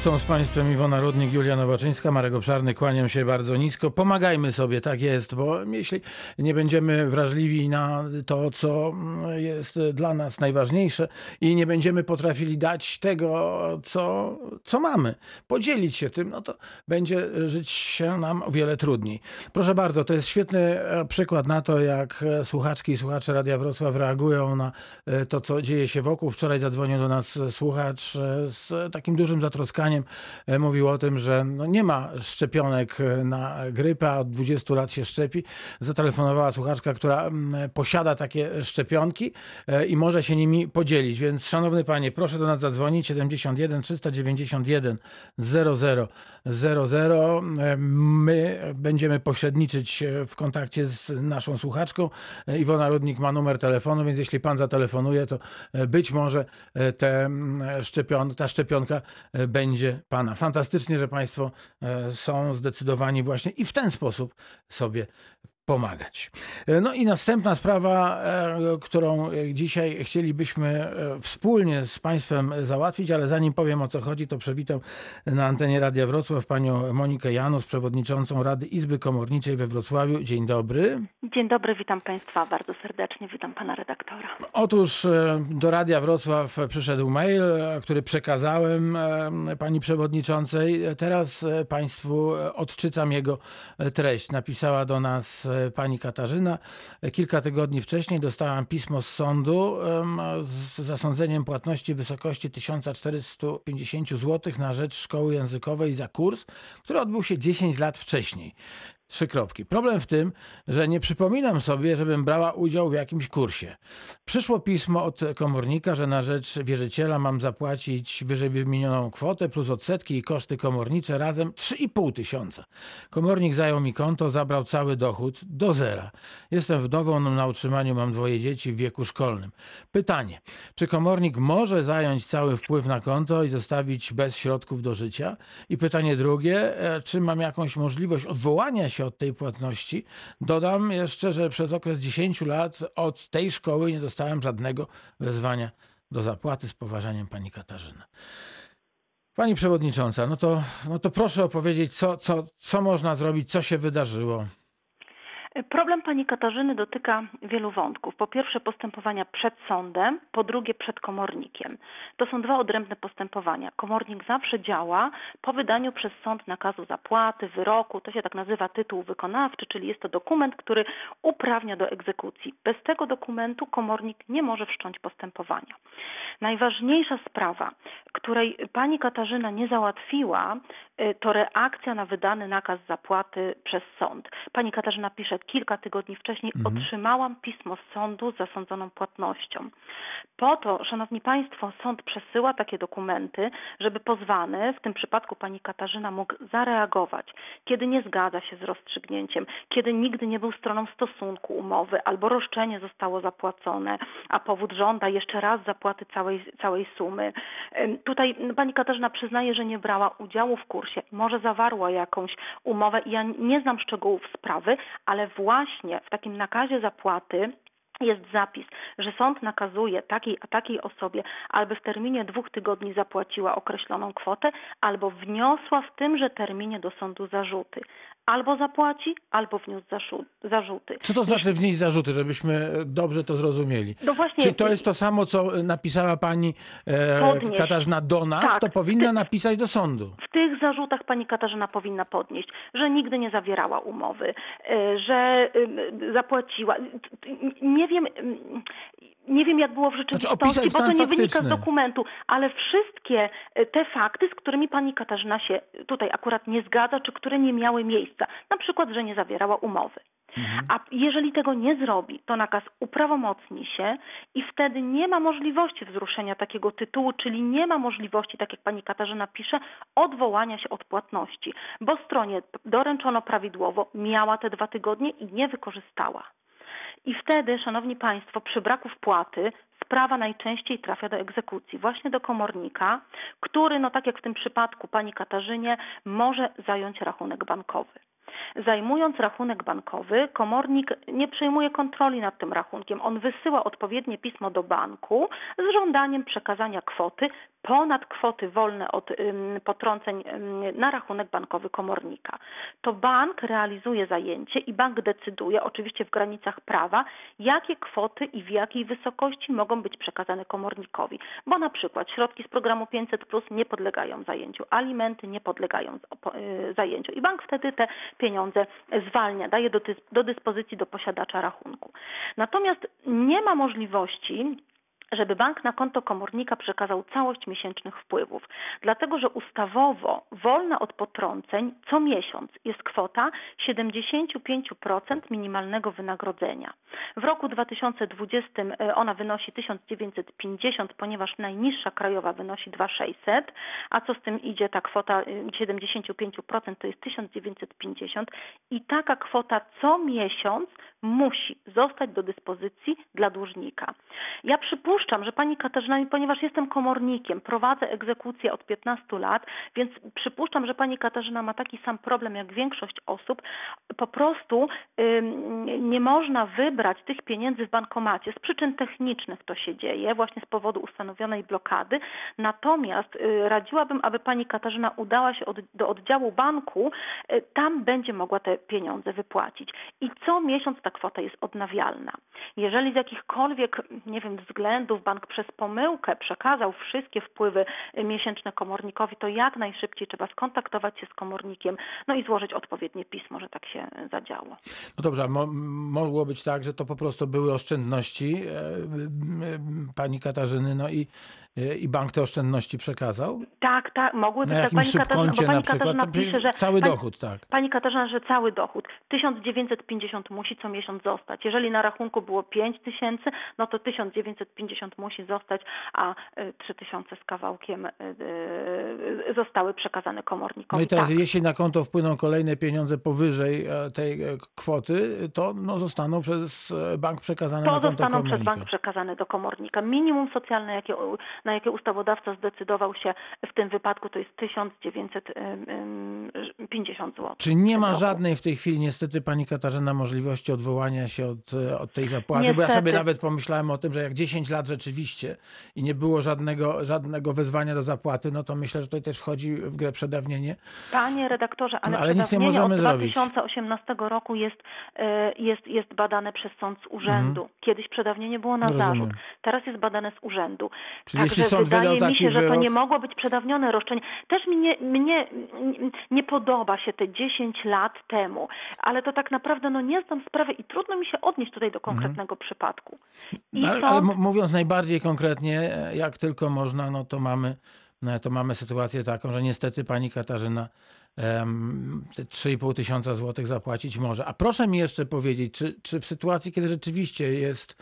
Są z Państwem Iwona Rudnik, Julia Nowoczyńska, Marek Obszarny. Kłaniam się bardzo nisko. Pomagajmy sobie, tak jest, bo jeśli nie będziemy wrażliwi na to, co jest dla nas najważniejsze i nie będziemy potrafili dać tego, co mamy, podzielić się tym, no to będzie żyć się nam o wiele trudniej. Proszę bardzo, to jest świetny przykład na to, jak słuchaczki i słuchacze Radia Wrocław reagują na to, co dzieje się wokół. Wczoraj zadzwonił do nas słuchacz z takim dużym zatroskaniem. Mówił o tym, że nie ma szczepionek na grypę, a od 20 lat się szczepi. Zatelefonowała słuchaczka, która posiada takie szczepionki i może się nimi podzielić. Więc szanowny panie, proszę do nas zadzwonić 71 391 00 00. My będziemy pośredniczyć w kontakcie z naszą słuchaczką. Iwona Rudnik ma numer telefonu, więc jeśli pan zatelefonuje, to być może ta szczepionka będzie pana. Fantastycznie, że państwo są zdecydowani właśnie i w ten sposób sobie pomagać. No i następna sprawa, którą dzisiaj chcielibyśmy wspólnie z państwem załatwić, ale zanim powiem, o co chodzi, to przywitam na antenie Radia Wrocław panią Monikę Janus, przewodniczącą Rady Izby Komorniczej we Wrocławiu. Dzień dobry. Dzień dobry, witam państwa bardzo serdecznie, witam pana redaktora. Otóż do Radia Wrocław przyszedł mail, który przekazałem pani przewodniczącej. Teraz państwu odczytam jego treść. Napisała do nas pani Katarzyna. Kilka tygodni wcześniej dostałam pismo z sądu z zasądzeniem płatności w wysokości 1450 zł na rzecz szkoły językowej za kurs, który odbył się 10 lat wcześniej. 3 kropki. Problem w tym, że nie przypominam sobie, żebym brała udział w jakimś kursie. Przyszło pismo od komornika, że na rzecz wierzyciela mam zapłacić wyżej wymienioną kwotę plus odsetki i koszty komornicze razem 3,5 tysiąca. Komornik zajął mi konto, zabrał cały dochód do zera. Jestem wdową, na utrzymaniu mam 2 dzieci w wieku szkolnym. Pytanie, czy komornik może zająć cały wpływ na konto i zostawić bez środków do życia? I pytanie drugie, czy mam jakąś możliwość odwołania się od tej płatności? Dodam jeszcze, że przez okres 10 lat od tej szkoły nie dostałem żadnego wezwania do zapłaty. Z poważaniem, pani Katarzyna. Pani przewodnicząca, no to proszę opowiedzieć, co można zrobić, co się wydarzyło. Problem pani Katarzyny dotyka wielu wątków. Po pierwsze postępowania przed sądem, po drugie przed komornikiem. To są 2 odrębne postępowania. Komornik zawsze działa po wydaniu przez sąd nakazu zapłaty, wyroku. To się tak nazywa tytuł wykonawczy, czyli jest to dokument, który uprawnia do egzekucji. Bez tego dokumentu komornik nie może wszcząć postępowania. Najważniejsza sprawa, której pani Katarzyna nie załatwiła, to reakcja na wydany nakaz zapłaty przez sąd. Pani Katarzyna pisze, kilka tygodni wcześniej otrzymałam pismo z sądu z zasądzoną płatnością. Po to, szanowni państwo, sąd przesyła takie dokumenty, żeby pozwany, w tym przypadku pani Katarzyna, mógł zareagować, kiedy nie zgadza się z rozstrzygnięciem, kiedy nigdy nie był stroną stosunku umowy albo roszczenie zostało zapłacone, a powód żąda jeszcze raz zapłaty całej sumy. Tutaj pani Katarzyna przyznaje, że nie brała udziału w kursie, może zawarła jakąś umowę. Ja nie znam szczegółów sprawy, ale właśnie w takim nakazie zapłaty jest zapis, że sąd nakazuje takiej a takiej osobie, albo w terminie 2 tygodni zapłaciła określoną kwotę, albo wniosła w tymże terminie do sądu zarzuty. Albo zapłaci, albo wniósł zarzuty. Co to znaczy wnieść zarzuty, żebyśmy dobrze to zrozumieli? No właśnie, czy to jest to samo, co napisała pani Katarzyna do nas, tak, to powinna napisać do sądu? W tych zarzutach pani Katarzyna powinna podnieść, że nigdy nie zawierała umowy, że zapłaciła. Nie wiem, jak było w rzeczywistości, bo to nie wynika z dokumentu, ale wszystkie te fakty, z którymi pani Katarzyna się tutaj akurat nie zgadza, czy które nie miały miejsca, na przykład, że nie zawierała umowy. A jeżeli tego nie zrobi, to nakaz uprawomocni się i wtedy nie ma możliwości wzruszenia takiego tytułu, czyli nie ma możliwości, tak jak pani Katarzyna pisze, odwołania się od płatności, bo stronie doręczono prawidłowo, miała te 2 tygodnie i nie wykorzystała. I wtedy, szanowni państwo, przy braku wpłaty sprawa najczęściej trafia do egzekucji, właśnie do komornika, który, tak jak w tym przypadku pani Katarzynie, może zająć rachunek bankowy. Zajmując rachunek bankowy, komornik nie przejmuje kontroli nad tym rachunkiem. On wysyła odpowiednie pismo do banku z żądaniem przekazania kwoty ponad kwoty wolne od potrąceń na rachunek bankowy komornika. To bank realizuje zajęcie i bank decyduje, oczywiście w granicach prawa, jakie kwoty i w jakiej wysokości mogą być przekazane komornikowi. Bo na przykład środki z programu 500+ nie podlegają zajęciu, alimenty nie podlegają zajęciu i bank wtedy te pieniądze zwalnia, daje do dyspozycji do posiadacza rachunku. Natomiast nie ma możliwości, żeby bank na konto komornika przekazał całość miesięcznych wpływów. Dlatego, że ustawowo wolna od potrąceń co miesiąc jest kwota 75% minimalnego wynagrodzenia. W roku 2020 ona wynosi 1950, ponieważ najniższa krajowa wynosi 2600, a co z tym idzie, ta kwota 75% to jest 1950 i taka kwota co miesiąc musi zostać do dyspozycji dla dłużnika. Ja przypuszczam, że pani Katarzyna, ponieważ jestem komornikiem, prowadzę egzekucję od 15 lat, więc przypuszczam, że pani Katarzyna ma taki sam problem jak większość osób. Po prostu nie można wybrać tych pieniędzy w bankomacie. Z przyczyn technicznych to się dzieje, właśnie z powodu ustanowionej blokady. Natomiast radziłabym, aby pani Katarzyna udała się do oddziału banku, tam będzie mogła te pieniądze wypłacić. I co miesiąc ta kwota jest odnawialna. Jeżeli z jakichkolwiek, nie wiem, względów bank przez pomyłkę przekazał wszystkie wpływy miesięczne komornikowi, to jak najszybciej trzeba skontaktować się z komornikiem, no i złożyć odpowiednie pismo, że tak się zadziało. No dobrze, a mogło być tak, że to po prostu były oszczędności pani Katarzyny, no i bank te oszczędności przekazał? Tak, mogły być. Na jakimś subkoncie na przykład, pisze, że cały dochód, tak. Pani Katarzyna, że cały dochód. 1950 musi co miesiąc zostać. Jeżeli na rachunku było 5000, no to 1950 musi zostać, a 3000 z kawałkiem zostały przekazane komornikowi. No i teraz tak. Jeśli na konto wpłyną kolejne pieniądze powyżej tej kwoty, to zostaną przez bank przekazane na konto komornika. Zostaną przez bank przekazane do komornika. Minimum socjalne, na jakie ustawodawca zdecydował się w tym wypadku, to jest 1950 zł. Czy nie ma żadnej w tej chwili, niestety, pani Katarzyna, możliwości odwołania się od tej zapłaty? Niestety. Bo ja sobie nawet pomyślałem o tym, że jak 10 lat rzeczywiście i nie było żadnego wezwania do zapłaty, no to myślę, że tutaj też wchodzi w grę przedawnienie. Panie redaktorze, ale nic nie możemy od zrobić. 2018 roku jest badane przez sąd z urzędu. Kiedyś przedawnienie było na Rozumiem. zarzut. Teraz jest badane z urzędu. Czyli jeśli Także sąd wydaje wydał mi się, taki że to wyrok... nie mogło być przedawnione roszczenie. Też mnie nie podoba się te 10 lat temu, ale to tak naprawdę nie znam sprawy i trudno mi się odnieść tutaj do konkretnego przypadku. Ale mówiąc najbardziej konkretnie, jak tylko można, no to mamy sytuację taką, że niestety pani Katarzyna te 3,5 tysiąca złotych zapłacić może. A proszę mi jeszcze powiedzieć, czy w sytuacji, kiedy rzeczywiście jest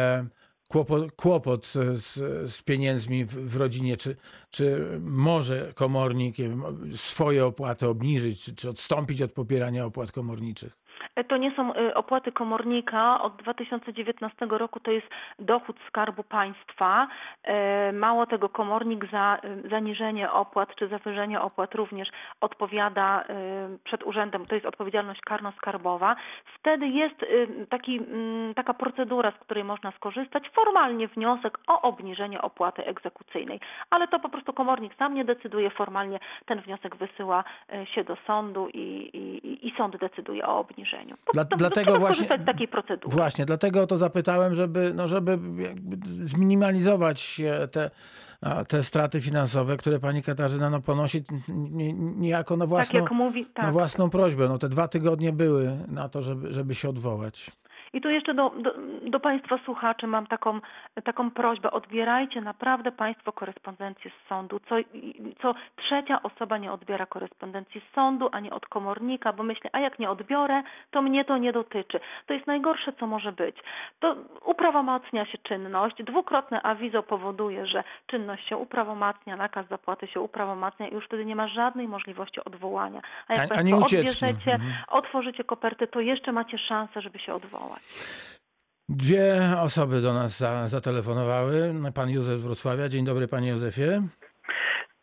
kłopot z pieniędzmi w rodzinie, czy może komornik swoje opłaty obniżyć, czy odstąpić od popierania opłat komorniczych? To nie są opłaty komornika. Od 2019 roku to jest dochód Skarbu Państwa. Mało tego, komornik za zaniżenie opłat czy zawyżenie opłat również odpowiada przed urzędem. To jest odpowiedzialność karno-skarbowa. Wtedy jest taka procedura, z której można skorzystać. Formalnie wniosek o obniżenie opłaty egzekucyjnej. Ale to po prostu komornik sam nie decyduje. Formalnie ten wniosek wysyła się do sądu i sąd decyduje o obniżeniu. Dlatego właśnie z takiej procedury. Właśnie, dlatego to zapytałem, żeby jakby zminimalizować te straty finansowe, które pani Katarzyna ponosi niejako na własną, tak jak mówi, tak. Na własną prośbę. Te 2 tygodnie były na to, żeby się odwołać. I tu jeszcze do Państwa słuchaczy mam taką prośbę. Odbierajcie naprawdę Państwo korespondencję z sądu. Co trzecia osoba nie odbiera korespondencji z sądu, ani od komornika, bo myślę, a jak nie odbiorę, to mnie to nie dotyczy. To jest najgorsze, co może być. To uprawomacnia się czynność. Dwukrotne awizo powoduje, że czynność się uprawomacnia, nakaz zapłaty się uprawomacnia i już wtedy nie ma żadnej możliwości odwołania. A jak Państwo odbierzecie, otworzycie koperty, to jeszcze macie szansę, żeby się odwołać. 2 osoby do nas zatelefonowały. Pan Józef z Wrocławia. Dzień dobry, panie Józefie.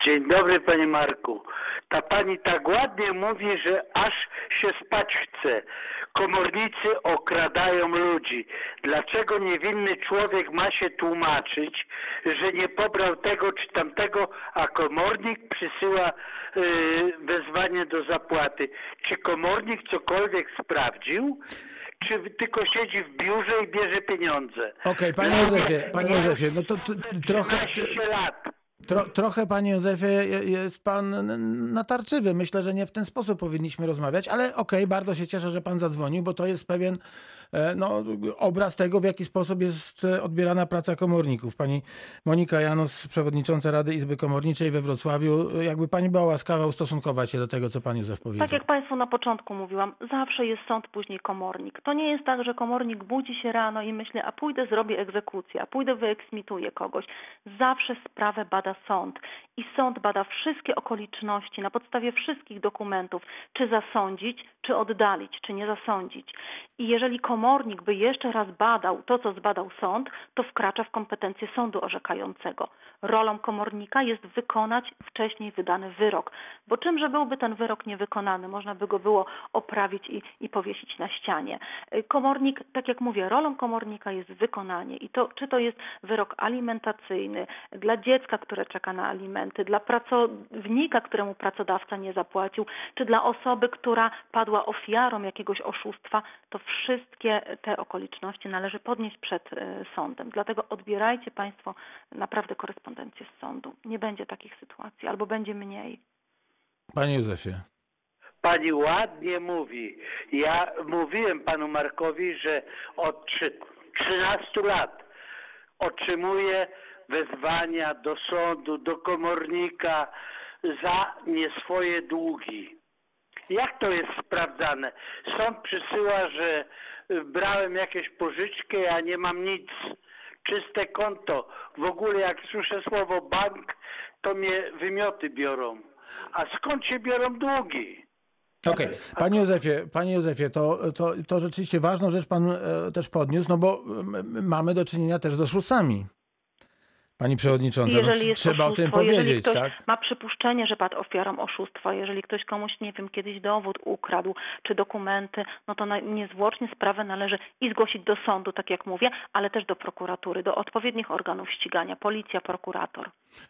Dzień dobry, panie Marku. Ta pani tak ładnie mówi, że aż się spać chce. Komornicy okradają ludzi. Dlaczego niewinny człowiek ma się tłumaczyć, że nie pobrał tego czy tamtego, a komornik przysyła wezwanie do zapłaty? Czy komornik cokolwiek sprawdził? Czy tylko siedzi w biurze i bierze pieniądze? Okej, panie Józefie, no to trochę... 13 lat. Trochę, panie Józefie, jest pan natarczywy. Myślę, że nie w ten sposób powinniśmy rozmawiać, ale okej, bardzo się cieszę, że pan zadzwonił, bo to jest pewien obraz tego, w jaki sposób jest odbierana praca komorników. Pani Monika Janus, przewodnicząca Rady Izby Komorniczej we Wrocławiu, jakby pani była łaskawa ustosunkować się do tego, co pan Józef powiedział. Tak jak państwu na początku mówiłam, zawsze jest sąd, później komornik. To nie jest tak, że komornik budzi się rano i myśli, a pójdę zrobię egzekucję, a pójdę wyeksmituję kogoś. Zawsze sprawę bada sąd i sąd bada wszystkie okoliczności na podstawie wszystkich dokumentów, czy zasądzić, czy oddalić, czy nie zasądzić. I jeżeli komornik by jeszcze raz badał to, co zbadał sąd, to wkracza w kompetencje sądu orzekającego. Rolą komornika jest wykonać wcześniej wydany wyrok, bo czymże byłby ten wyrok niewykonany? Można by go było oprawić i powiesić na ścianie. Komornik, tak jak mówię, rolą komornika jest wykonanie i to, czy to jest wyrok alimentacyjny dla dziecka, które czeka na alimenty, dla pracownika, któremu pracodawca nie zapłacił, czy dla osoby, która padła ofiarą jakiegoś oszustwa, to wszystkie te okoliczności należy podnieść przed sądem. Dlatego odbierajcie państwo naprawdę korespondencję z sądu. Nie będzie takich sytuacji, albo będzie mniej. Panie Józefie. Pani ładnie mówi. Ja mówiłem panu Markowi, że od 13 lat otrzymuję wezwania do sądu, do komornika za nieswoje długi. Jak to jest sprawdzane? Sąd przysyła, że brałem jakieś pożyczki, a nie mam nic. Czyste konto. W ogóle jak słyszę słowo bank, to mnie wymioty biorą. A skąd się biorą długi? Okej. Panie Józefie, to rzeczywiście ważną rzecz pan też podniósł, no bo mamy do czynienia też z oszustami. Pani przewodnicząca, trzeba o tym powiedzieć, jeżeli ktoś tak? ma przypuszczenie, że padł ofiarą oszustwa, jeżeli ktoś komuś, nie wiem, kiedyś dowód ukradł, czy dokumenty, no to niezwłocznie sprawę należy i zgłosić do sądu, tak jak mówię, ale też do prokuratury, do odpowiednich organów ścigania, policja, prokurator.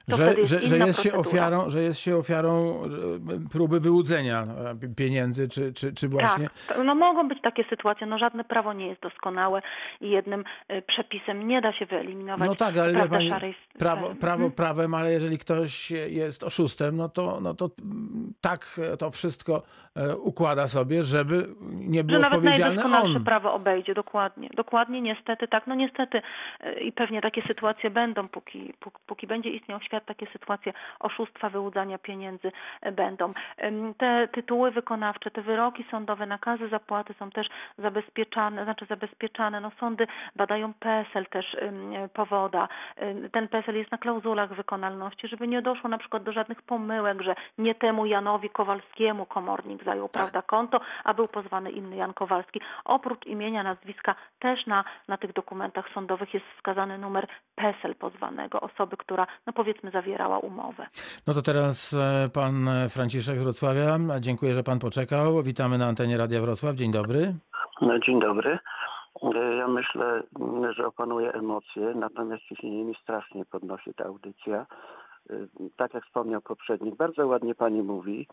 Że jest się ofiarą próby wyłudzenia pieniędzy, czy właśnie... Tak, no mogą być takie sytuacje, no żadne prawo nie jest doskonałe i jednym przepisem nie da się wyeliminować. No tak, ale wie pani, szarej prawo prawem, ale jeżeli ktoś jest oszustem, no to tak to wszystko układa sobie, żeby nie był odpowiedzialny on. Że nawet najdoskonalsze prawo obejdzie, dokładnie, niestety tak, no niestety i pewnie takie sytuacje będą, póki będzie istniał świat, takie sytuacje oszustwa, wyłudzania pieniędzy będą. Te tytuły wykonawcze, te wyroki sądowe, nakazy zapłaty są też zabezpieczane, no sądy badają PESEL też powoda, ten PESEL jest na klauzulach wykonalności, żeby nie doszło na przykład do żadnych pomyłek, że nie temu Janowi Kowalskiemu komornik zajął, prawda, konto, a był pozwany inny Jan Kowalski. Oprócz imienia, nazwiska też na tych dokumentach sądowych jest wskazany numer PESEL pozwanego, osoby, która, no powiedzmy, zawierała umowę. No to teraz pan Franciszek z Wrocławia. Dziękuję, że pan poczekał. Witamy na antenie Radia Wrocław. Dzień dobry. No, dzień dobry. Ja myślę, że opanuje emocje, natomiast ciśnienie mi strasznie podnosi ta audycja. Tak jak wspomniał poprzednik, bardzo ładnie pani mówi.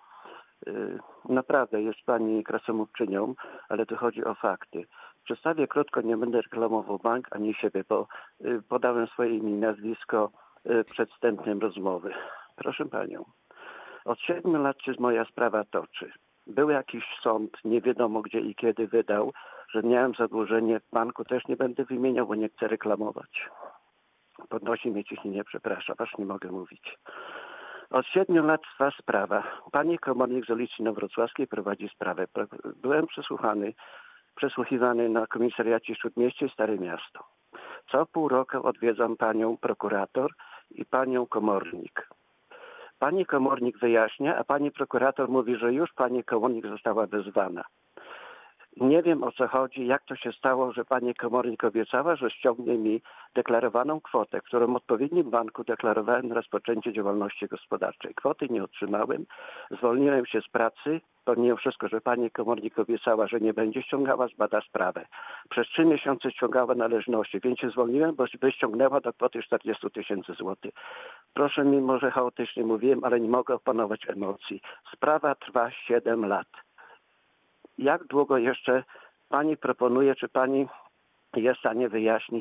Naprawdę jest pani krasomówczynią, ale tu chodzi o fakty. Przedstawię krótko, nie będę reklamował bank ani siebie, bo podałem swoje imię i nazwisko przed wstępem rozmowy. Proszę panią, od 7 lat się moja sprawa toczy. Był jakiś sąd, nie wiadomo gdzie i kiedy wydał, że miałem zadłużenie w banku, też nie będę wymieniał, bo nie chcę reklamować. Podnosi mnie ciśnienie, przepraszam, aż nie mogę mówić. Od 7 lat trwa sprawa. Pani komornik z ulicy Nowrocławskiej prowadzi sprawę. Byłem przesłuchiwany na komisariacie Śródmieście Stare Miasto. Co pół roku odwiedzam panią prokurator i panią komornik. Pani komornik wyjaśnia, a pani prokurator mówi, że już pani komornik została wezwana. Nie wiem, o co chodzi, jak to się stało, że pani komornik obiecała, że ściągnie mi deklarowaną kwotę, którą w odpowiednim banku deklarowałem na rozpoczęcie działalności gospodarczej. Kwoty nie otrzymałem, zwolniłem się z pracy, pomimo wszystko, że pani komornik obiecała, że nie będzie ściągała, zbada sprawę. Przez 3 miesiące ściągała należności, więc się zwolniłem, bo ściągnęła do kwoty 40 000 złotych. Proszę mi, może chaotycznie mówiłem, ale nie mogę opanować emocji. Sprawa trwa 7 lat. Jak długo jeszcze pani proponuje, czy pani jest w stanie wyjaśnić,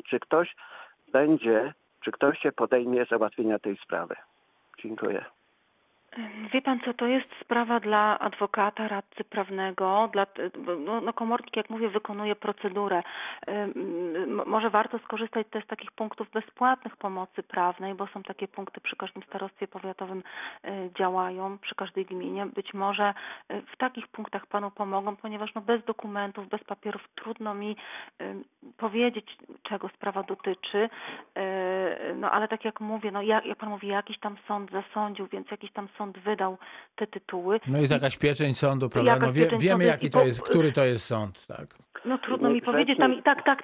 czy ktoś się podejmie załatwienia tej sprawy? Dziękuję. Wie pan co, to jest sprawa dla adwokata, radcy prawnego. Komornik, jak mówię, wykonuje procedurę. Może warto skorzystać też z takich punktów bezpłatnych pomocy prawnej, bo są takie punkty przy każdym starostwie powiatowym działają, przy każdej gminie. Być może w takich punktach panu pomogą, ponieważ bez dokumentów, bez papierów trudno mi powiedzieć, czego sprawa dotyczy. Ale tak jak mówię, jak pan mówi, jakiś tam sąd zasądził, więc jakiś tam sąd wydał te tytuły. No jest jakaś pieczęć sądu, prawda? Wiemy, jaki to jest, który to jest sąd, tak? Trudno mi powiedzieć. Tam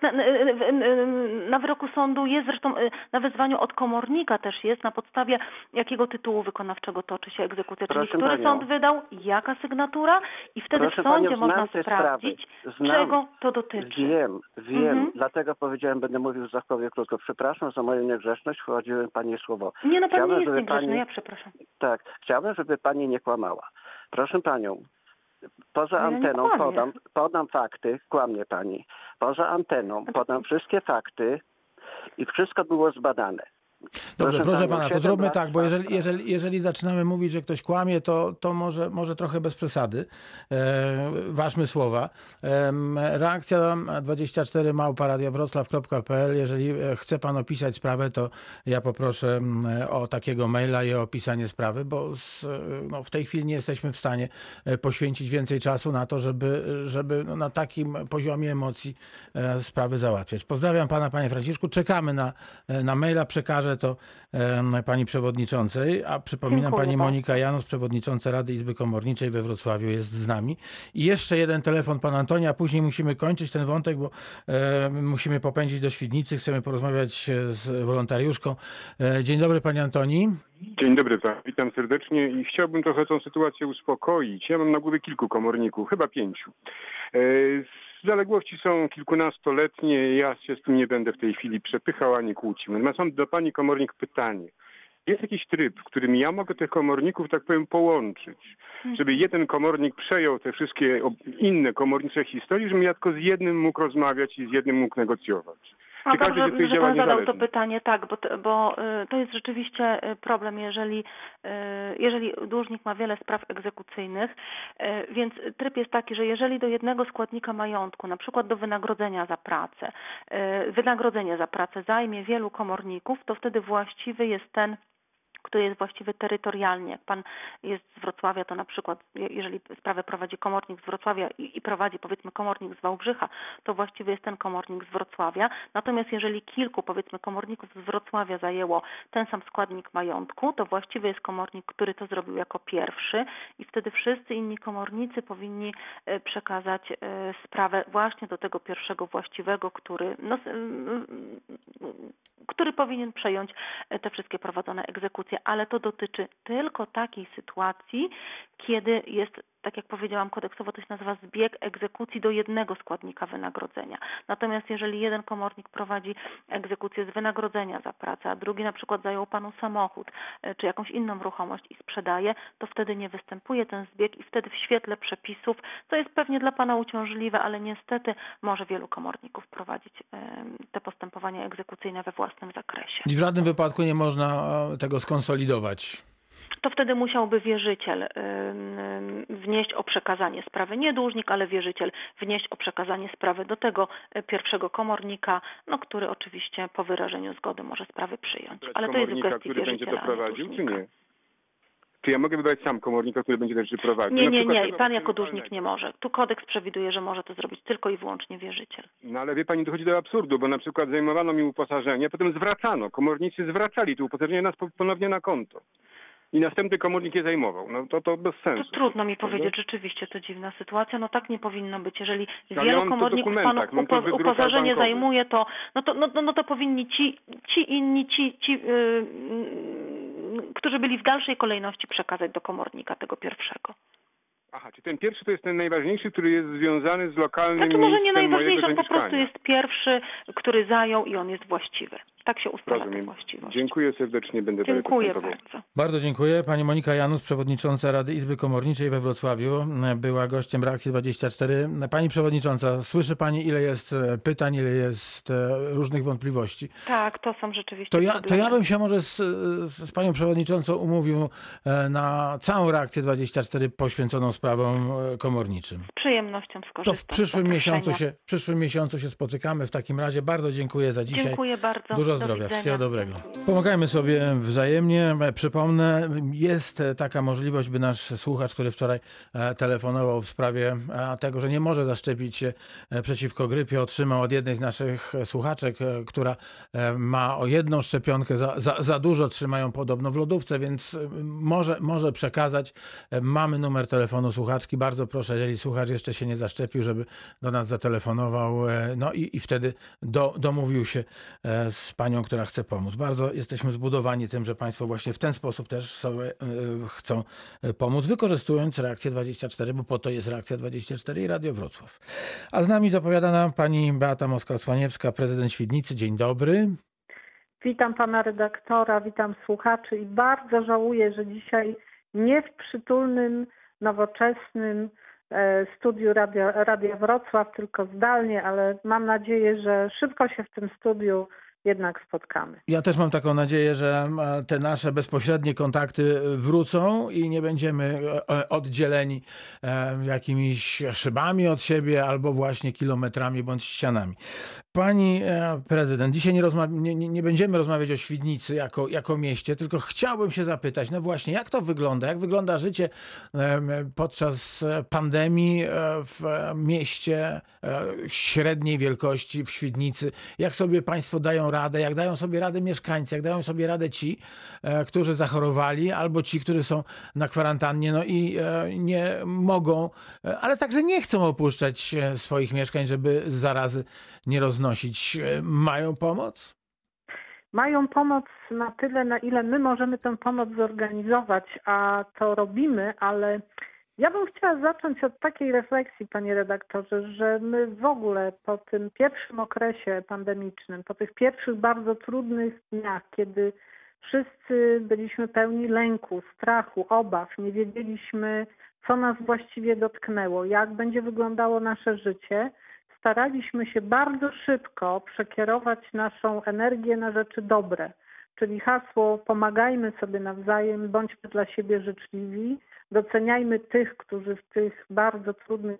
na wyroku sądu jest, zresztą na wezwaniu od komornika też jest, na podstawie jakiego tytułu wykonawczego toczy się egzekucja, czyli który sąd wydał, jaka sygnatura i wtedy w sądzie można sprawdzić, czego to dotyczy. Wiem, dlatego powiedziałem, będę mówił zachowie krótko. Przepraszam za moją niegrzeczność, wchodziłem pani słowo. Nie, pan nie jest niegrzeczny, ja przepraszam. Tak, chciałbym, żeby pani nie kłamała. Proszę panią, poza anteną podam fakty, kłamie pani. Poza anteną podam wszystkie fakty i wszystko było zbadane. Dobrze, proszę pana, to zróbmy tak, bo jeżeli zaczynamy mówić, że ktoś kłamie, to może trochę bez przesady. Ważmy słowa. Reakcja 24@radiowroclaw.pl. Jeżeli chce pan opisać sprawę, to ja poproszę o takiego maila i o opisanie sprawy, bo w tej chwili nie jesteśmy w stanie poświęcić więcej czasu na to, żeby na takim poziomie emocji sprawy załatwiać. Pozdrawiam pana, panie Franciszku. Czekamy na maila, przekażę to pani przewodniczącej, a przypominam, Dziękuję pani bardzo. Monika Janus, przewodnicząca Rady Izby Komorniczej we Wrocławiu jest z nami. I jeszcze jeden telefon pana Antonia, a później musimy kończyć ten wątek, bo musimy popędzić do Świdnicy, chcemy porozmawiać z wolontariuszką. Dzień dobry, panie Antoni. Dzień dobry, witam serdecznie i chciałbym trochę tę sytuację uspokoić. Ja mam na głowie kilku komorników, chyba 5. Zaległości są kilkunastoletnie, ja się z tym nie będę w tej chwili przepychał ani kłócił. Natomiast mam do pani komornik pytanie. Jest jakiś tryb, w którym ja mogę tych komorników, tak powiem, połączyć, żeby jeden komornik przejął te wszystkie inne komornicze historie, żebym ja tylko z jednym mógł rozmawiać i z jednym mógł negocjować. Dobrze, że pan zadał to pytanie, tak, bo to jest rzeczywiście problem, jeżeli dłużnik ma wiele spraw egzekucyjnych, więc tryb jest taki, że jeżeli do jednego składnika majątku, na przykład do wynagrodzenia za pracę zajmie wielu komorników, to wtedy właściwy jest ten, który jest właściwy terytorialnie. Jak pan jest z Wrocławia, to na przykład, jeżeli sprawę prowadzi komornik z Wrocławia i prowadzi, powiedzmy, komornik z Wałbrzycha, to właściwy jest ten komornik z Wrocławia. Natomiast jeżeli kilku, powiedzmy, komorników z Wrocławia zajęło ten sam składnik majątku, to właściwy jest komornik, który to zrobił jako pierwszy i wtedy wszyscy inni komornicy powinni przekazać sprawę właśnie do tego pierwszego właściwego, który powinien przejąć te wszystkie prowadzone egzekucje, ale to dotyczy tylko takiej sytuacji, kiedy jest, tak jak powiedziałam, kodeksowo to się nazywa zbieg egzekucji do jednego składnika wynagrodzenia. Natomiast jeżeli jeden komornik prowadzi egzekucję z wynagrodzenia za pracę, a drugi na przykład zajął panu samochód czy jakąś inną ruchomość i sprzedaje, to wtedy nie występuje ten zbieg i wtedy w świetle przepisów, co jest pewnie dla pana uciążliwe, ale niestety może wielu komorników prowadzić te postępowania egzekucyjne we własnym zakresie. I w żadnym wypadku nie można tego skonsolidować. To wtedy musiałby wierzyciel wnieść o przekazanie sprawy. Nie dłużnik, ale wierzyciel wnieść o przekazanie sprawy do tego pierwszego komornika, który oczywiście po wyrażeniu zgody może sprawy przyjąć. Ale to jest w gestii który będzie to prowadził, czy dłużnika. nie? Czy ja mogę wybrać sam komornika, który będzie też prowadził? Nie. Pan jako dłużnik nie może. Tu kodeks przewiduje, że może to zrobić tylko i wyłącznie wierzyciel. No ale wie pani, dochodzi do absurdu, bo na przykład zajmowano mi uposażenie, potem zwracano. Komornicy zwracali to uposażenie nas ponownie na konto. i następny komornik je zajmował. No to bez sensu. To trudno mi prawda? powiedzieć, rzeczywiście to dziwna sytuacja. No tak nie powinno być. Jeżeli Ale ja wielu mam to w komorników panu dokumentach, mam to w wydrukach uposażenie bankowych. zajmuje, to to powinni ci inni, którzy byli w dalszej kolejności przekazać do komornika tego pierwszego. Aha, czy ten pierwszy to jest ten najważniejszy, który jest związany z lokalnym Znaczy może nie miejscem mojego najważniejszy, on po prostu zamieszkania. jest pierwszy, który zajął i on jest właściwy. Tak się ustala tę Rozumiem. właściwość. Dziękuję serdecznie, będę dalej Dziękuję postępował. bardzo. Bardzo dziękuję. Pani Monika Janus, przewodnicząca Rady Izby Komorniczej we Wrocławiu, była gościem Reakcji 24. Pani przewodnicząca, słyszy pani, ile jest pytań, ile jest różnych wątpliwości? Tak, to są rzeczywiście To ja problemy. bym się może z panią przewodniczącą umówił na całą Reakcję 24 poświęconą sprawom komorniczym. Z przyjemnością skorzystam. To w przyszłym miesiącu się spotykamy. W takim razie bardzo dziękuję za dzisiaj. Dziękuję bardzo. Dużo Do zdrowia, widzenia. wszystkiego dobrego. Pomagajmy sobie wzajemnie. Przypomnę, jest taka możliwość, by nasz słuchacz, który wczoraj telefonował w sprawie tego, że nie może zaszczepić się przeciwko grypie, otrzymał od jednej z naszych słuchaczek, która ma o jedną szczepionkę za dużo, trzymają podobno w lodówce, więc może przekazać. Mamy numer telefonu słuchaczki. Bardzo proszę, jeżeli słuchacz jeszcze się nie zaszczepił, żeby do nas zatelefonował. No i wtedy domówił się z panią, która chce pomóc. Bardzo jesteśmy zbudowani tym, że państwo właśnie w ten sposób też sobie chcą pomóc, wykorzystując Reakcję 24, bo po to jest Reakcja 24 i Radio Wrocław. A z nami zapowiada nam pani Beata Moskal-Słaniewska, prezydent Świdnicy. Dzień dobry. Witam pana redaktora, witam słuchaczy i bardzo żałuję, że dzisiaj nie w przytulnym, nowoczesnym studiu Radia Wrocław, tylko zdalnie, ale mam nadzieję, że szybko się w tym studiu jednak spotkamy. Ja też mam taką nadzieję, że te nasze bezpośrednie kontakty wrócą i nie będziemy oddzieleni jakimiś szybami od siebie albo właśnie kilometrami bądź ścianami. Pani prezydent, dzisiaj nie będziemy rozmawiać o Świdnicy jako mieście, tylko chciałbym się zapytać, no właśnie, jak to wygląda? Jak wygląda życie podczas pandemii w mieście średniej wielkości, w Świdnicy? Jak sobie państwo dają radę, jak dają sobie radę mieszkańcy, jak dają sobie radę ci, którzy zachorowali, albo ci, którzy są na kwarantannie, no i nie mogą, ale także nie chcą opuszczać swoich mieszkań, żeby zarazy nie roznosić. Mają pomoc? Mają pomoc na tyle, na ile my możemy tę pomoc zorganizować, a to robimy, ale ja bym chciała zacząć od takiej refleksji, panie redaktorze, że my w ogóle po tym pierwszym okresie pandemicznym, po tych pierwszych bardzo trudnych dniach, kiedy wszyscy byliśmy pełni lęku, strachu, obaw, nie wiedzieliśmy, co nas właściwie dotknęło, jak będzie wyglądało nasze życie, staraliśmy się bardzo szybko przekierować naszą energię na rzeczy dobre, czyli hasło pomagajmy sobie nawzajem, bądźmy dla siebie życzliwi, doceniajmy tych, którzy w tych bardzo trudnych,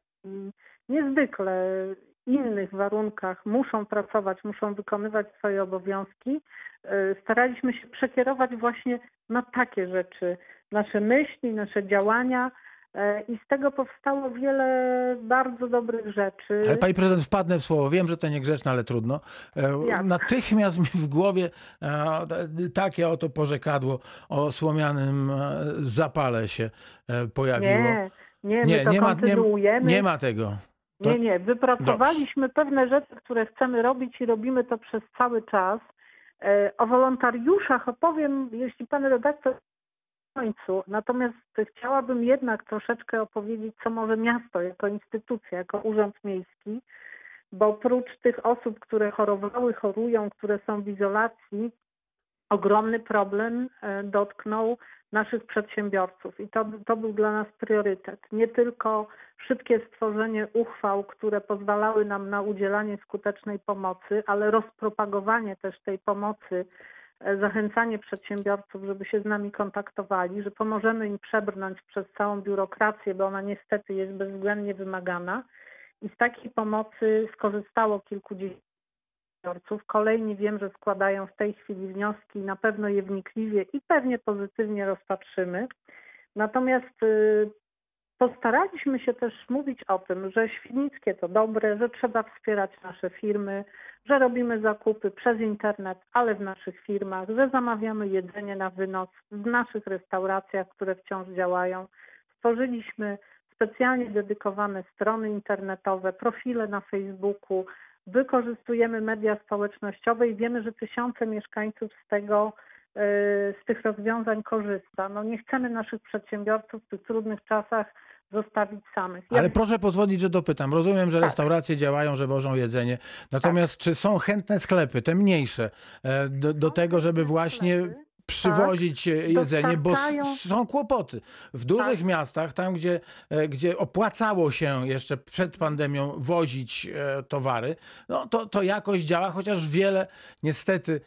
niezwykle innych warunkach muszą pracować, muszą wykonywać swoje obowiązki. Staraliśmy się przekierować właśnie na takie rzeczy, nasze myśli, nasze działania i z tego powstało wiele bardzo dobrych rzeczy. Ale pani prezydent, wpadnę w słowo. Wiem, że to niegrzeczne, ale trudno. Jak? Natychmiast mi w głowie takie oto porzekadło o słomianym zapale się pojawiło. Nie, my to kontynuujemy. Nie ma tego. Nie, wypracowaliśmy pewne rzeczy, które chcemy robić i robimy to przez cały czas. O wolontariuszach opowiem, jeśli pan redaktor w końcu. Natomiast chciałabym jednak troszeczkę opowiedzieć, co może miasto jako instytucja, jako urząd miejski, bo oprócz tych osób, które chorowały, chorują, które są w izolacji, ogromny problem dotknął naszych przedsiębiorców i to był dla nas priorytet. Nie tylko szybkie stworzenie uchwał, które pozwalały nam na udzielanie skutecznej pomocy, ale rozpropagowanie też tej pomocy, zachęcanie przedsiębiorców, żeby się z nami kontaktowali, że pomożemy im przebrnąć przez całą biurokrację, bo ona niestety jest bezwzględnie wymagana. I z takiej pomocy skorzystało kilkudziesięciu przedsiębiorców. Kolejni wiem, że składają w tej chwili wnioski, na pewno je wnikliwie i pewnie pozytywnie rozpatrzymy. Natomiast Postaraliśmy się też mówić o tym, że Świdnickie to dobre, że trzeba wspierać nasze firmy, że robimy zakupy przez internet, ale w naszych firmach, że zamawiamy jedzenie na wynos w naszych restauracjach, które wciąż działają. Stworzyliśmy specjalnie dedykowane strony internetowe, profile na Facebooku, wykorzystujemy media społecznościowe i wiemy, że tysiące mieszkańców z tych rozwiązań korzysta. No nie chcemy naszych przedsiębiorców w tych trudnych czasach zostawić samych. Ale proszę pozwolić, że dopytam. Rozumiem, że Tak. restauracje działają, że wożą jedzenie. Natomiast czy są chętne sklepy, te mniejsze, do tego, żeby właśnie przywozić jedzenie, bo są kłopoty. W dużych miastach, tam gdzie opłacało się jeszcze przed pandemią wozić towary, no to jakoś działa, chociaż niestety,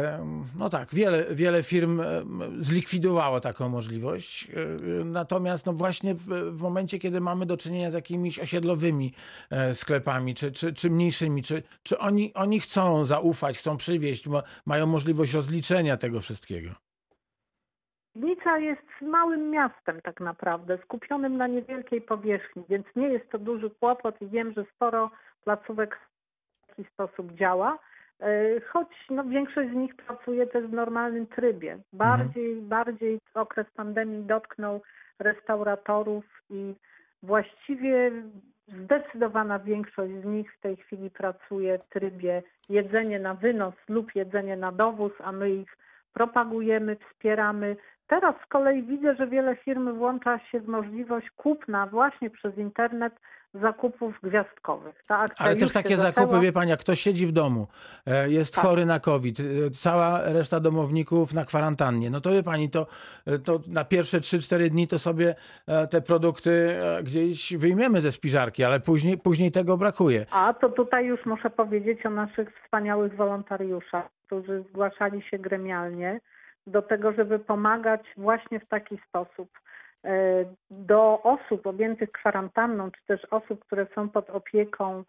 wiele firm zlikwidowało taką możliwość. Natomiast no właśnie w momencie, kiedy mamy do czynienia z jakimiś osiedlowymi sklepami, czy mniejszymi, czy oni chcą zaufać, chcą przywieźć, mają możliwość rozliczenia tego wszystkiego? Świdnica jest małym miastem tak naprawdę, skupionym na niewielkiej powierzchni, więc nie jest to duży kłopot i wiem, że sporo placówek w taki sposób działa, choć większość z nich pracuje też w normalnym trybie. Bardziej okres pandemii dotknął restauratorów i właściwie zdecydowana większość z nich w tej chwili pracuje w trybie jedzenie na wynos lub jedzenie na dowóz, a my ich propagujemy, wspieramy. Teraz z kolei widzę, że wiele firm włącza się w możliwość kupna właśnie przez internet zakupów gwiazdkowych. Ale też takie zakupy, wie pani, jak ktoś siedzi w domu, jest chory na COVID, cała reszta domowników na kwarantannie, no to wie pani, to na pierwsze 3-4 dni to sobie te produkty gdzieś wyjmiemy ze spiżarki, ale później tego brakuje. A to tutaj już muszę powiedzieć o naszych wspaniałych wolontariuszach, którzy zgłaszali się gremialnie do tego, żeby pomagać właśnie w taki sposób. Do osób objętych kwarantanną, czy też osób, które są pod opieką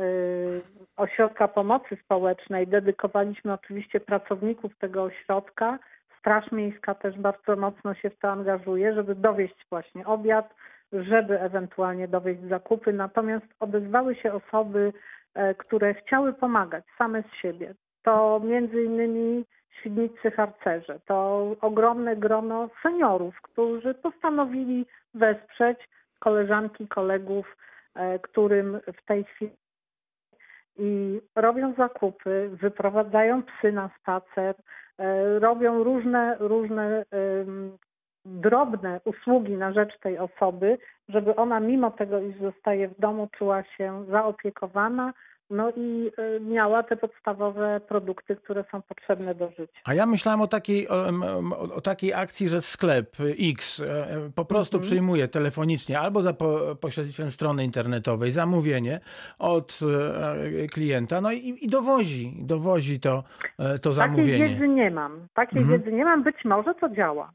ośrodka pomocy społecznej, dedykowaliśmy oczywiście pracowników tego ośrodka. Straż Miejska też bardzo mocno się w to angażuje, żeby dowieźć właśnie obiad, żeby ewentualnie dowieźć zakupy. Natomiast odezwały się osoby, które chciały pomagać same z siebie. To między innymi świdniccy harcerze. To ogromne grono seniorów, którzy postanowili wesprzeć koleżanki, kolegów, którym w tej chwili i robią zakupy, wyprowadzają psy na spacer, robią różne drobne usługi na rzecz tej osoby, żeby ona mimo tego, iż zostaje w domu, czuła się zaopiekowana, no i miała te podstawowe produkty, które są potrzebne do życia. A ja myślałem o takiej akcji, że sklep X po prostu przyjmuje telefonicznie albo za pośrednictwem strony internetowej zamówienie od klienta, no i dowozi to zamówienie. Takiej wiedzy nie mam. Wiedzy nie mam. Być może to działa.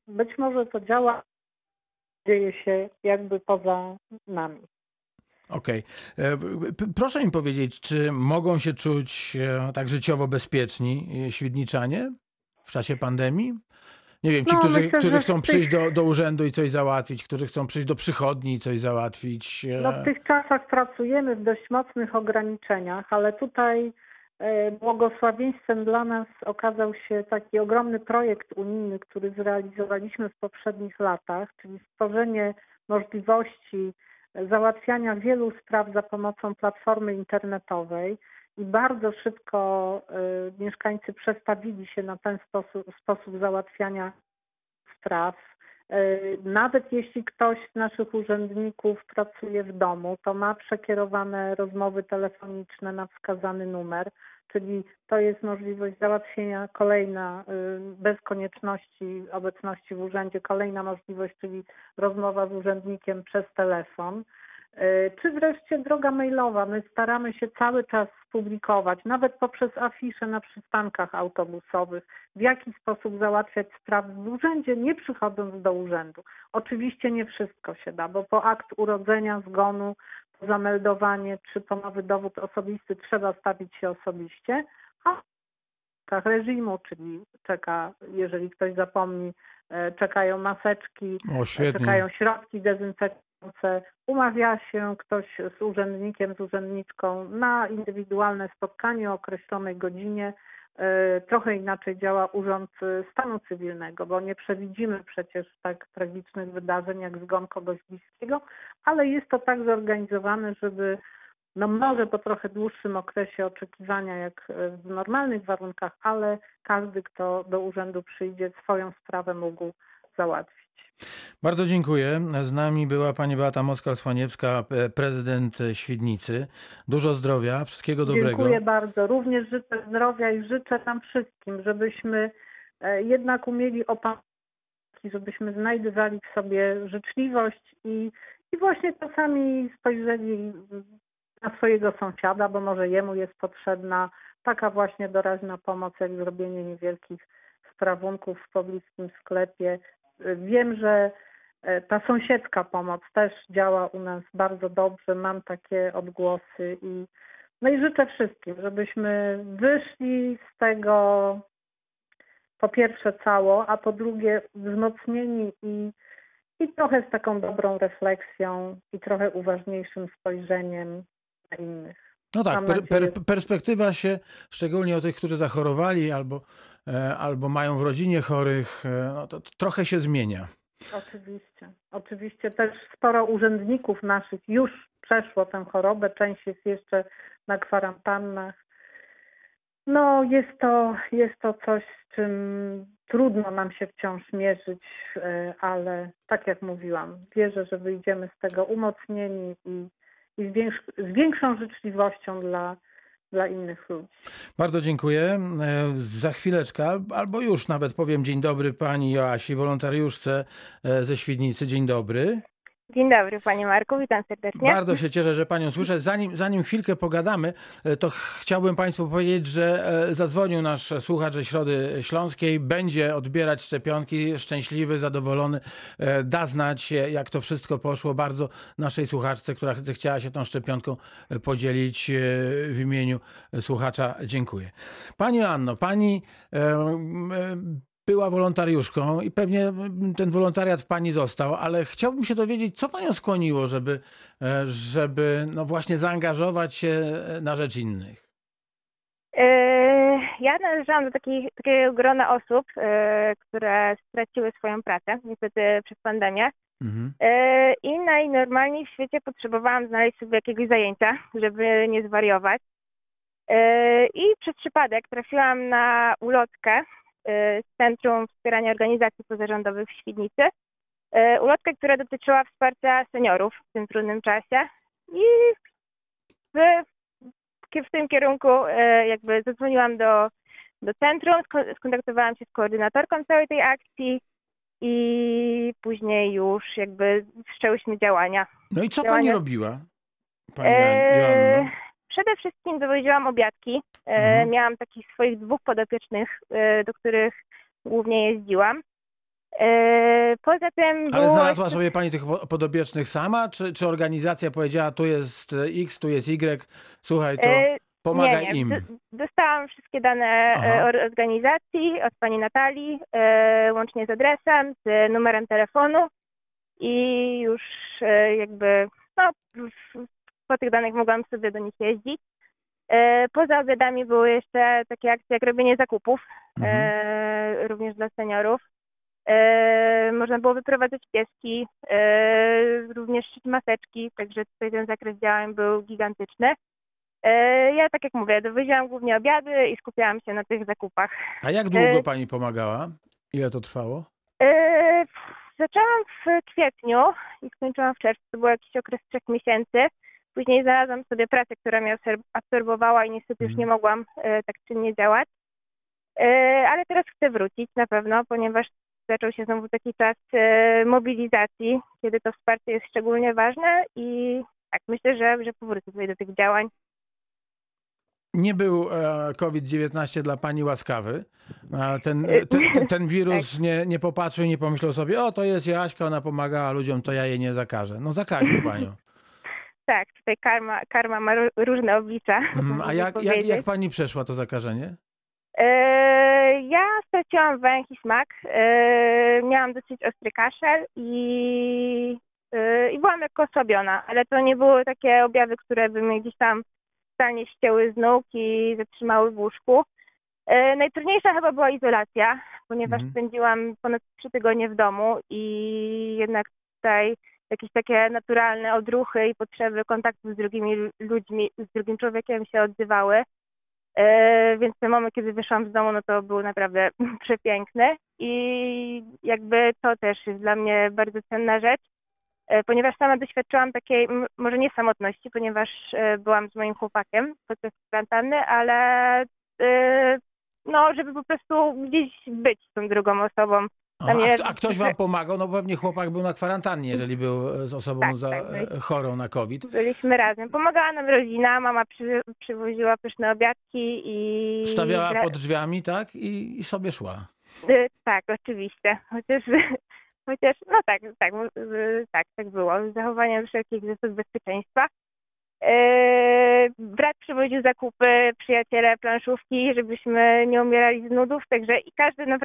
Dzieje się jakby poza nami. Okej. Proszę mi powiedzieć, czy mogą się czuć tak życiowo bezpieczni świdniczanie w czasie pandemii? Nie wiem, ci, którzy chcą przyjść do urzędu i coś załatwić, którzy chcą przyjść do przychodni i coś załatwić. W tych czasach pracujemy w dość mocnych ograniczeniach, ale tutaj błogosławieństwem dla nas okazał się taki ogromny projekt unijny, który zrealizowaliśmy w poprzednich latach, czyli stworzenie możliwości załatwiania wielu spraw za pomocą platformy internetowej i bardzo szybko mieszkańcy przestawili się na ten sposób załatwiania spraw. Nawet jeśli ktoś z naszych urzędników pracuje w domu, to ma przekierowane rozmowy telefoniczne na wskazany numer, czyli to jest możliwość załatwienia kolejna, bez konieczności obecności w urzędzie, kolejna możliwość, czyli rozmowa z urzędnikiem przez telefon. Czy wreszcie droga mailowa. My staramy się cały czas publikować, nawet poprzez afisze na przystankach autobusowych, w jaki sposób załatwiać sprawy w urzędzie, nie przychodząc do urzędu. Oczywiście nie wszystko się da, bo po akt urodzenia, zgonu, po zameldowanie czy po nowy dowód osobisty trzeba stawić się osobiście, a w reżimu, czyli jeżeli ktoś zapomni, czekają maseczki, czekają środki dezynfekcyjne. umawia się ktoś z urzędnikiem, z urzędniczką na indywidualne spotkanie o określonej godzinie. Trochę inaczej działa Urząd Stanu Cywilnego, bo nie przewidzimy przecież tak tragicznych wydarzeń jak zgon kogoś bliskiego, ale jest to tak zorganizowane, żeby może po trochę dłuższym okresie oczekiwania jak w normalnych warunkach, ale każdy, kto do urzędu przyjdzie, swoją sprawę mógł załatwić. Bardzo dziękuję. Z nami była pani Beata Moskal-Słaniewska, prezydent Świdnicy. Dużo zdrowia, wszystkiego dobrego. Dziękuję bardzo. Również życzę zdrowia i życzę nam wszystkim, żebyśmy jednak umieli opanować, żebyśmy znajdowali w sobie życzliwość i właśnie czasami spojrzeli na swojego sąsiada, bo może jemu jest potrzebna taka właśnie doraźna pomoc, jak zrobienie niewielkich sprawunków w pobliskim sklepie. Wiem, że ta sąsiedzka pomoc też działa u nas bardzo dobrze. Mam takie odgłosy i życzę wszystkim, żebyśmy wyszli z tego po pierwsze cało, a po drugie wzmocnieni i trochę z taką dobrą refleksją i trochę uważniejszym spojrzeniem na innych. No tak, perspektywa się, szczególnie o tych, którzy zachorowali albo mają w rodzinie chorych, no to trochę się zmienia. Oczywiście też sporo urzędników naszych już przeszło tę chorobę, część jest jeszcze na kwarantannach. No jest to coś, z czym trudno nam się wciąż mierzyć, ale tak jak mówiłam, wierzę, że wyjdziemy z tego umocnieni i z większą życzliwością dla innych ludzi. Bardzo dziękuję. Za chwileczkę, albo już nawet powiem dzień dobry pani Joasi, wolontariuszce ze Świdnicy. Dzień dobry. Dzień dobry panie Marku, witam serdecznie. Bardzo się cieszę, że panią słyszę. Zanim chwilkę pogadamy, to chciałbym państwu powiedzieć, że zadzwonił nasz słuchacz ze Środy Śląskiej, będzie odbierać szczepionki, szczęśliwy, zadowolony, da znać, jak to wszystko poszło. Bardzo naszej słuchaczce, która chciała się tą szczepionką podzielić, w imieniu słuchacza dziękuję. Pani Anno, pani była wolontariuszką i pewnie ten wolontariat w pani został, ale chciałbym się dowiedzieć, co panią skłoniło, żeby no właśnie zaangażować się na rzecz innych? Ja należałam do takiego grona osób, które straciły swoją pracę niestety przez pandemię. I najnormalniej w świecie potrzebowałam znaleźć sobie jakiegoś zajęcia, żeby nie zwariować. I przez przypadek trafiłam na ulotkę z Centrum Wspierania Organizacji Pozarządowych w Świdnicy. Ulotkę, która dotyczyła wsparcia seniorów w tym trudnym czasie. I w tym kierunku jakby zadzwoniłam do centrum, skontaktowałam się z koordynatorką całej tej akcji i później już jakby wszczęłyśmy działania. No i co pani robiła, pani Joanno? Przede wszystkim dowoziłam obiadki. Miałam takich swoich 2 podopiecznych, do których głównie jeździłam. Poza tym Ale znalazła sobie pani tych podobiecznych sama, czy organizacja powiedziała, tu jest X, tu jest Y, słuchaj, to pomagaj nie. im? Dostałam wszystkie dane organizacji od pani Natalii, łącznie z adresem, z numerem telefonu i już jakby po tych danych mogłam sobie do nich jeździć. Poza obiadami były jeszcze takie akcje jak robienie zakupów, również dla seniorów. Można było wyprowadzać pieski, również szyć maseczki, także tutaj ten zakres działań był gigantyczny. Ja tak jak mówię, dowoziłam głównie obiady i skupiałam się na tych zakupach. A jak długo pani pomagała? Ile to trwało? Zaczęłam w kwietniu i skończyłam w czerwcu. To był jakiś okres 3 miesięcy. Później znalazłam sobie pracę, która mnie absorbowała i niestety już nie mogłam tak czynnie działać. Ale teraz chcę wrócić na pewno, ponieważ zaczął się znowu taki czas mobilizacji, kiedy to wsparcie jest szczególnie ważne i tak myślę, że powrócę tutaj do tych działań. Nie był COVID-19 dla pani łaskawy. Ten wirus nie popatrzył i nie pomyślał sobie, o to jest Jaśka, ona pomagała ludziom, to ja jej nie zakażę. No zakaził panią. Tak, tutaj karma ma różne oblicza. A jak pani przeszła to zakażenie? Ja straciłam węch i smak. Miałam dosyć ostry kaszel i byłam lekko osłabiona, ale to nie były takie objawy, które by mnie gdzieś tam totalnie ścięły z nóg i zatrzymały w łóżku. Najtrudniejsza chyba była izolacja, ponieważ spędziłam ponad 3 tygodnie w domu i jednak tutaj jakieś takie naturalne odruchy i potrzeby kontaktu z drugimi ludźmi, z drugim człowiekiem się odzywały. Więc ten moment, kiedy wyszłam z domu, no to był naprawdę przepiękny i jakby to też jest dla mnie bardzo cenna rzecz, ponieważ sama doświadczyłam takiej, może nie samotności, ponieważ byłam z moim chłopakiem podczas kwarantanny, ale no, żeby po prostu gdzieś być z tą drugą osobą. A ktoś wam pomagał? No pewnie chłopak był na kwarantannie, jeżeli był z osobą chorą na COVID. Byliśmy razem. Pomagała nam rodzina, mama przywoziła pyszne obiadki i... Stawiała pod drzwiami, tak? I sobie szła. Tak, oczywiście. Chociaż no tak było. Z zachowaniem wszelkich zasad bezpieczeństwa. Brat przywoził zakupy, przyjaciele planszówki, żebyśmy nie umierali z nudów, także i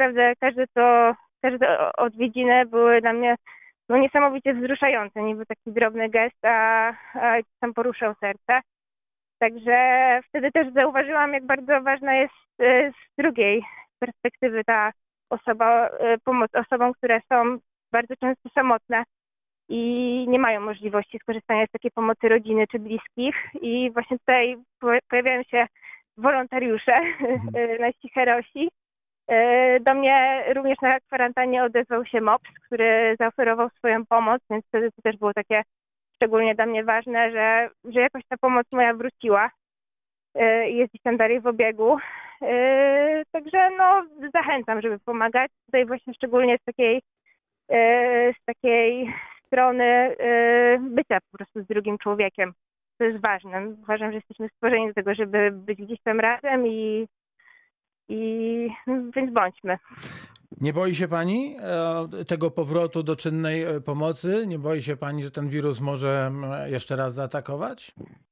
każde odwiedziny były dla mnie no, niesamowicie wzruszające. Niby taki drobny gest, a sam poruszał serce. Także wtedy też zauważyłam, jak bardzo ważna jest z drugiej perspektywy ta pomoc osobom, które są bardzo często samotne i nie mają możliwości skorzystania z takiej pomocy rodziny czy bliskich. I właśnie tutaj pojawiają się wolontariusze, nasi herosi. Do mnie również na kwarantannie odezwał się MOPS, który zaoferował swoją pomoc, więc wtedy to też było takie szczególnie dla mnie ważne, że jakoś ta pomoc moja wróciła i jest gdzieś tam dalej w obiegu. Także no, zachęcam, żeby pomagać. Tutaj właśnie szczególnie z takiej strony bycia po prostu z drugim człowiekiem. To jest ważne. Uważam, że jesteśmy stworzeni do tego, żeby być gdzieś tam razem więc bądźmy. Nie boi się pani tego powrotu do czynnej pomocy? Nie boi się pani, że ten wirus może jeszcze raz zaatakować?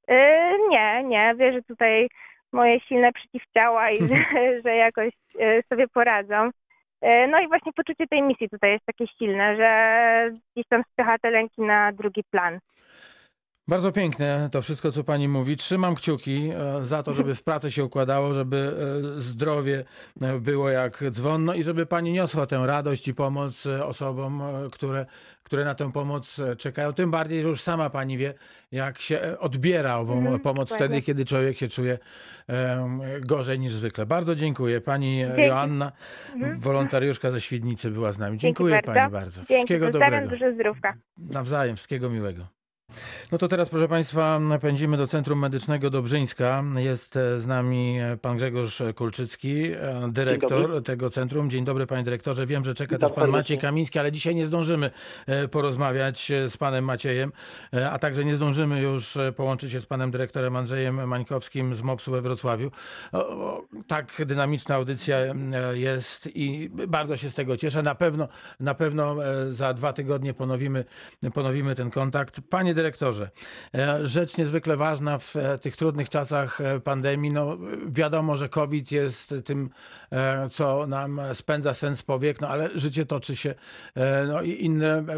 Nie. Wierzę tutaj moje silne przeciwciała i że jakoś sobie poradzą. No i właśnie poczucie tej misji tutaj jest takie silne, że gdzieś tam spycha te lęki na drugi plan. Bardzo piękne to wszystko, co pani mówi. Trzymam kciuki za to, żeby w pracy się układało, żeby zdrowie było jak dzwon, no i żeby pani niosła tę radość i pomoc osobom, które na tę pomoc czekają. Tym bardziej, że już sama pani wie, jak się odbiera ową pomoc wtedy, kiedy człowiek się czuje gorzej niż zwykle. Bardzo dziękuję. Pani Joanna, wolontariuszka ze Świdnicy, była z nami. Dziękuję pani bardzo. Wszystkiego dobrego. Dużo zdrówka. Nawzajem, wszystkiego miłego. No to teraz, proszę państwa, pędzimy do Centrum Medycznego Dobrzyńska. Jest z nami pan Grzegorz Kulczycki, dyrektor tego centrum. Dzień dobry, panie dyrektorze. Wiem, że czeka też pan Maciej Kamiński, ale dzisiaj nie zdążymy porozmawiać z panem Maciejem, a także nie zdążymy już połączyć się z panem dyrektorem Andrzejem Mańkowskim z MOPS-u we Wrocławiu. Tak dynamiczna audycja jest i bardzo się z tego cieszę. Na pewno za 2 tygodnie ponowimy ten kontakt. Panie dyrektorze, rzecz niezwykle ważna w tych trudnych czasach pandemii. No, wiadomo, że COVID jest tym, co nam spędza sen z powiek, no ale życie toczy się. No i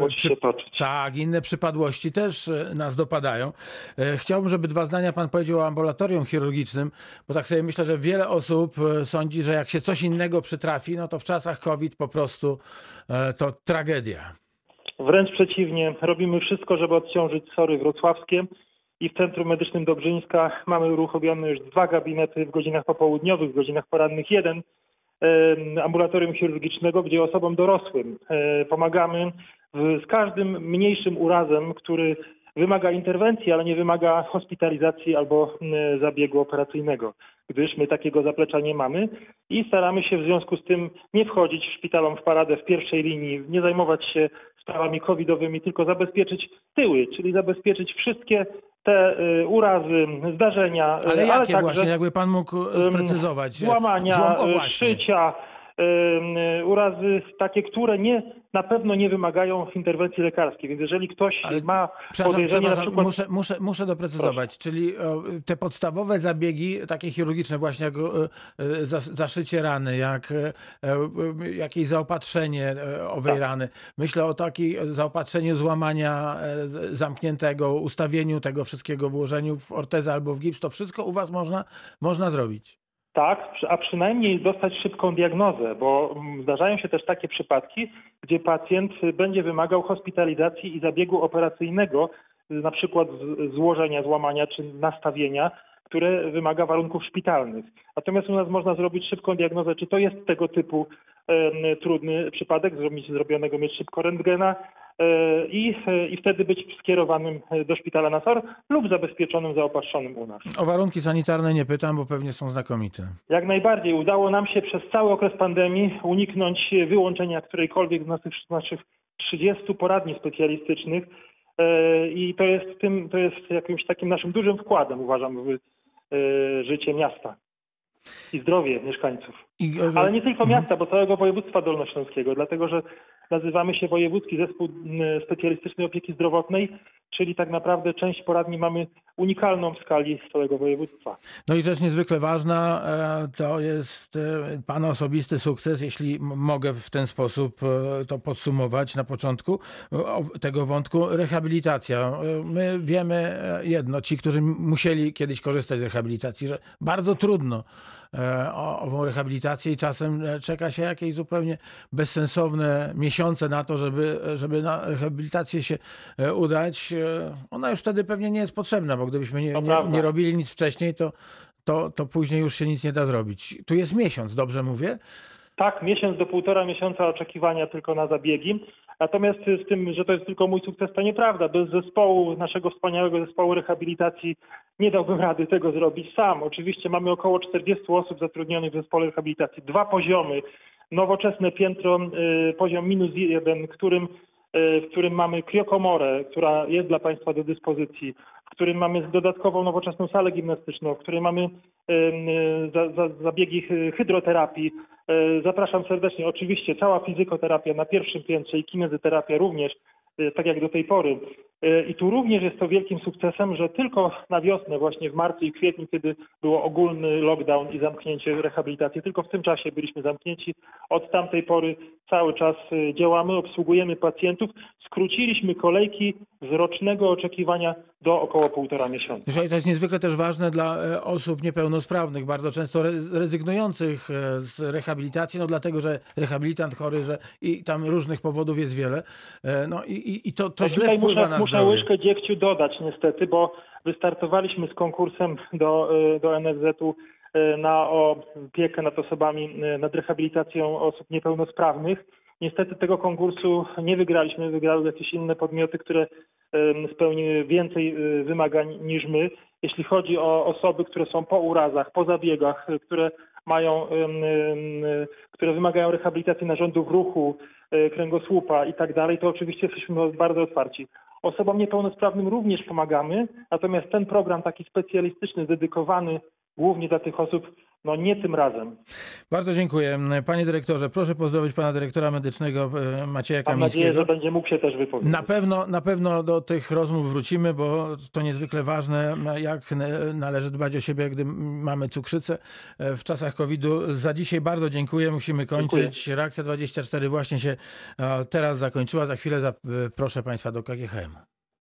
inne przypadłości też nas dopadają. Chciałbym, żeby 2 zdania pan powiedział o ambulatorium chirurgicznym, bo tak sobie myślę, że wiele osób sądzi, że jak się coś innego przytrafi, no to w czasach COVID po prostu to tragedia. Wręcz przeciwnie, robimy wszystko, żeby odciążyć SOR-y wrocławskie i w Centrum Medycznym Dobrzyńska mamy uruchomione już 2 gabinety w godzinach popołudniowych, w godzinach porannych 1 ambulatorium chirurgicznego, gdzie osobom dorosłym pomagamy z każdym mniejszym urazem, który wymaga interwencji, ale nie wymaga hospitalizacji albo zabiegu operacyjnego, gdyż my takiego zaplecza nie mamy i staramy się w związku z tym nie wchodzić szpitalom w paradę w pierwszej linii, nie zajmować się sprawami covidowymi, tylko zabezpieczyć tyły, czyli zabezpieczyć wszystkie te urazy, zdarzenia. Ale jakie także, właśnie, jakby pan mógł sprecyzować? Złamania, szycia, urazy takie, które na pewno nie wymagają interwencji lekarskiej. Więc jeżeli ktoś ma podejrzenie na przykład... Muszę doprecyzować, czyli te podstawowe zabiegi takie chirurgiczne, właśnie jak zaszycie rany, jak jakieś zaopatrzenie owej rany. Myślę o takim zaopatrzeniu złamania zamkniętego, ustawieniu tego wszystkiego, włożeniu w ortezę albo w gips. To wszystko u was można zrobić. Tak, a przynajmniej dostać szybką diagnozę, bo zdarzają się też takie przypadki, gdzie pacjent będzie wymagał hospitalizacji i zabiegu operacyjnego, na przykład złożenia, złamania czy nastawienia, które wymaga warunków szpitalnych. Natomiast u nas można zrobić szybką diagnozę, czy to jest tego typu trudny przypadek, mieć szybko rentgena i wtedy być skierowanym do szpitala na SOR lub zabezpieczonym, zaopatrzonym u nas. O warunki sanitarne nie pytam, bo pewnie są znakomite. Jak najbardziej. Udało nam się przez cały okres pandemii uniknąć wyłączenia którejkolwiek z naszych 30 poradni specjalistycznych i to jest jakimś takim naszym dużym wkładem, uważam, w życie miasta i zdrowie mieszkańców. Ale nie tylko miasta, bo całego województwa dolnośląskiego, dlatego że nazywamy się Wojewódzki Zespół Specjalistycznej Opieki Zdrowotnej, czyli tak naprawdę część poradni mamy unikalną w skali całego województwa. No i rzecz niezwykle ważna, to jest Pana osobisty sukces, jeśli mogę w ten sposób to podsumować na początku tego wątku, rehabilitacja. My wiemy jedno, ci, którzy musieli kiedyś korzystać z rehabilitacji, że bardzo trudno o ową rehabilitację i czasem czeka się jakieś zupełnie bezsensowne miesiące na to, żeby na rehabilitację się udać. Ona już wtedy pewnie nie jest potrzebna, bo gdybyśmy nie robili nic wcześniej, to później już się nic nie da zrobić. Tu jest miesiąc, dobrze mówię? Tak, miesiąc do 1,5 miesiąca oczekiwania tylko na zabiegi. Natomiast z tym, że to jest tylko mój sukces, to nieprawda. Bez zespołu, naszego wspaniałego zespołu rehabilitacji nie dałbym rady tego zrobić sam. Oczywiście mamy około 40 osób zatrudnionych w zespole rehabilitacji. 2 poziomy, nowoczesne piętro, poziom -1, w którym mamy kriokomorę, która jest dla Państwa do dyspozycji, w którym mamy dodatkową nowoczesną salę gimnastyczną, w której mamy zabiegi hydroterapii. Zapraszam serdecznie. Oczywiście cała fizykoterapia na pierwszym piętrze i kinezyterapia również, tak jak do tej pory. I tu również jest to wielkim sukcesem, że tylko na wiosnę, właśnie w marcu i kwietniu, kiedy było ogólny lockdown i zamknięcie rehabilitacji, tylko w tym czasie byliśmy zamknięci. Od tamtej pory cały czas działamy, obsługujemy pacjentów. Skróciliśmy kolejki z rocznego oczekiwania do około 1,5 miesiąca. To jest niezwykle też ważne dla osób niepełnosprawnych, bardzo często rezygnujących z rehabilitacji, dlatego, że rehabilitant chory, że i tam różnych powodów jest wiele. No i to źle wpływa na zdrowie. Muszę łyżkę dziegciu dodać niestety, bo wystartowaliśmy z konkursem do NFZ-u na opiekę nad osobami, nad rehabilitacją osób niepełnosprawnych. Niestety tego konkursu nie wygraliśmy, wygrały jakieś inne podmioty, które spełniły więcej wymagań niż my. Jeśli chodzi o osoby, które są po urazach, po zabiegach, które wymagają rehabilitacji narządów ruchu, kręgosłupa i tak dalej, to oczywiście jesteśmy bardzo otwarci. Osobom niepełnosprawnym również pomagamy, natomiast ten program taki specjalistyczny, dedykowany głównie dla tych osób, nie tym razem. Bardzo dziękuję. Panie dyrektorze, proszę pozdrowić pana dyrektora medycznego Macieja Kamińskiego. Mam nadzieję, że będzie mógł się też wypowiedzieć. Na pewno do tych rozmów wrócimy, bo to niezwykle ważne, jak należy dbać o siebie, gdy mamy cukrzycę w czasach COVID-u. Za dzisiaj bardzo dziękuję. Musimy kończyć. Dziękuję. Reakcja 24 właśnie się teraz zakończyła. Za chwilę zaproszę państwa do KGHM.